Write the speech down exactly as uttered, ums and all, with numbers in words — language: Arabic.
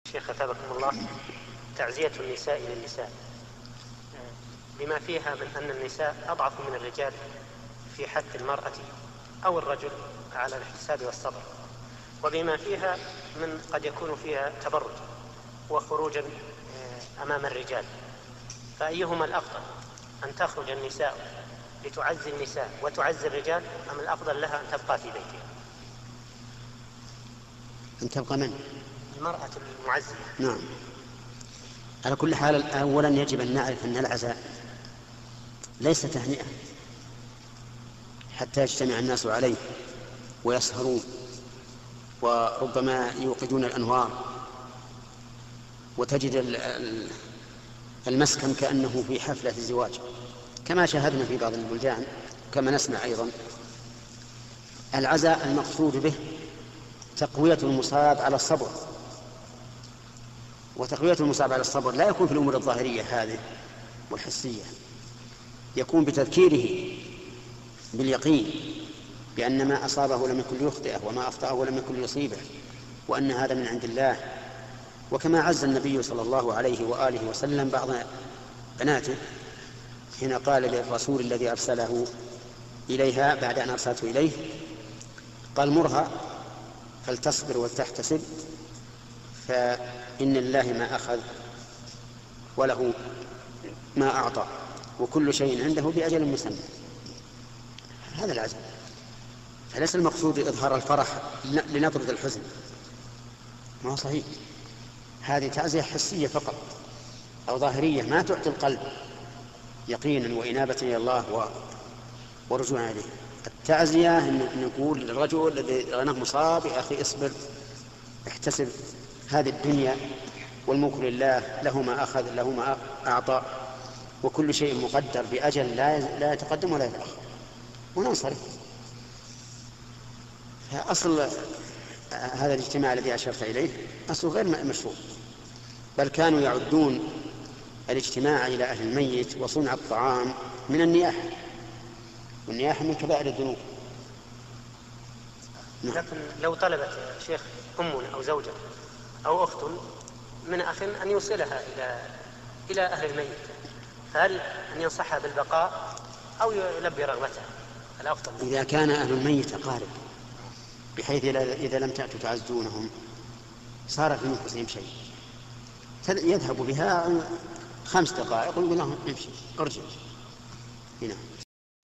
شيخ أثابكم الله، تعزية النساء للنساء بما فيها من أن النساء أضعف من الرجال في حث المرأة أو الرجل على الاحتساب والصبر، وبما فيها من قد يكون فيها تبرج وخروجا أمام الرجال، فأيهما الأفضل؟ أن تخرج النساء لتعزي النساء وتعزي الرجال، أم الأفضل لها أن تبقى في بيتها؟ أن تبقى من؟ المرأة المعزية. نعم. على كل حال، أولا يجب أن نعرف أن العزاء ليس تهنئة حتى يجتمع الناس عليه ويسهرون وربما يوقدون الأنوار وتجد المسكن كأنه في حفلة الزواج كما شاهدنا في بعض البلدان، كما نسمع أيضا. العزاء المقصود به تقوية المصاب على الصبر، وتقوية المصاب على الصبر لا يكون في الأمور الظاهرية هذه والحسية، يكون بتذكيره باليقين بأن ما أصابه لم يكن ليخطئه وما أخطأه لم يكن ليصيبه، وأن هذا من عند الله. وكما عز النبي صلى الله عليه وآله وسلم بعض بناته حين قال للرسول الذي أرسله إليها بعد أن أرسلته إليه، قال: مرها فلتصبر ولتحتسب، فإن الله ما أخذ وله ما أعطى وكل شيء عنده بأجل مسمى. هذا العزم، فليس المقصود إظهار الفرح لنطرد الحزن، ما هو صحيح. هذه تعزية حسية فقط أو ظاهرية ما تعطي القلب يقينا وإنابة إلى الله ورجوعا إليه. التعزية أن نقول للرجل الذي غناه مصاب: يا أخي اصبر، احتسب هذه الدنيا والملك لله، له ما أخذ له ما أعطى وكل شيء مقدر بأجل لا يتقدم ولا يتأخر، وننصرف. فأصل هذا الاجتماع الذي أشرت إليه أصل غير مشروع، بل كانوا يعدون الاجتماع إلى أهل الميت وصنع الطعام من النياحة، والنياحة من كبائر الذنوب. لكن لو طلبت شيخ أم أو زوجة أو أخت من أخ أن يوصلها إلى إلى أهل الميت، فهل أن ينصحها بالبقاء أو يلبي رغبتها؟ الأفضل إذا كان أهل الميت أقارب بحيث إذا لم تأتوا تعزونهم صار في أنفسهم شيء، يذهب بها خمس دقائق ويقول لهم امشي ارجع هنا.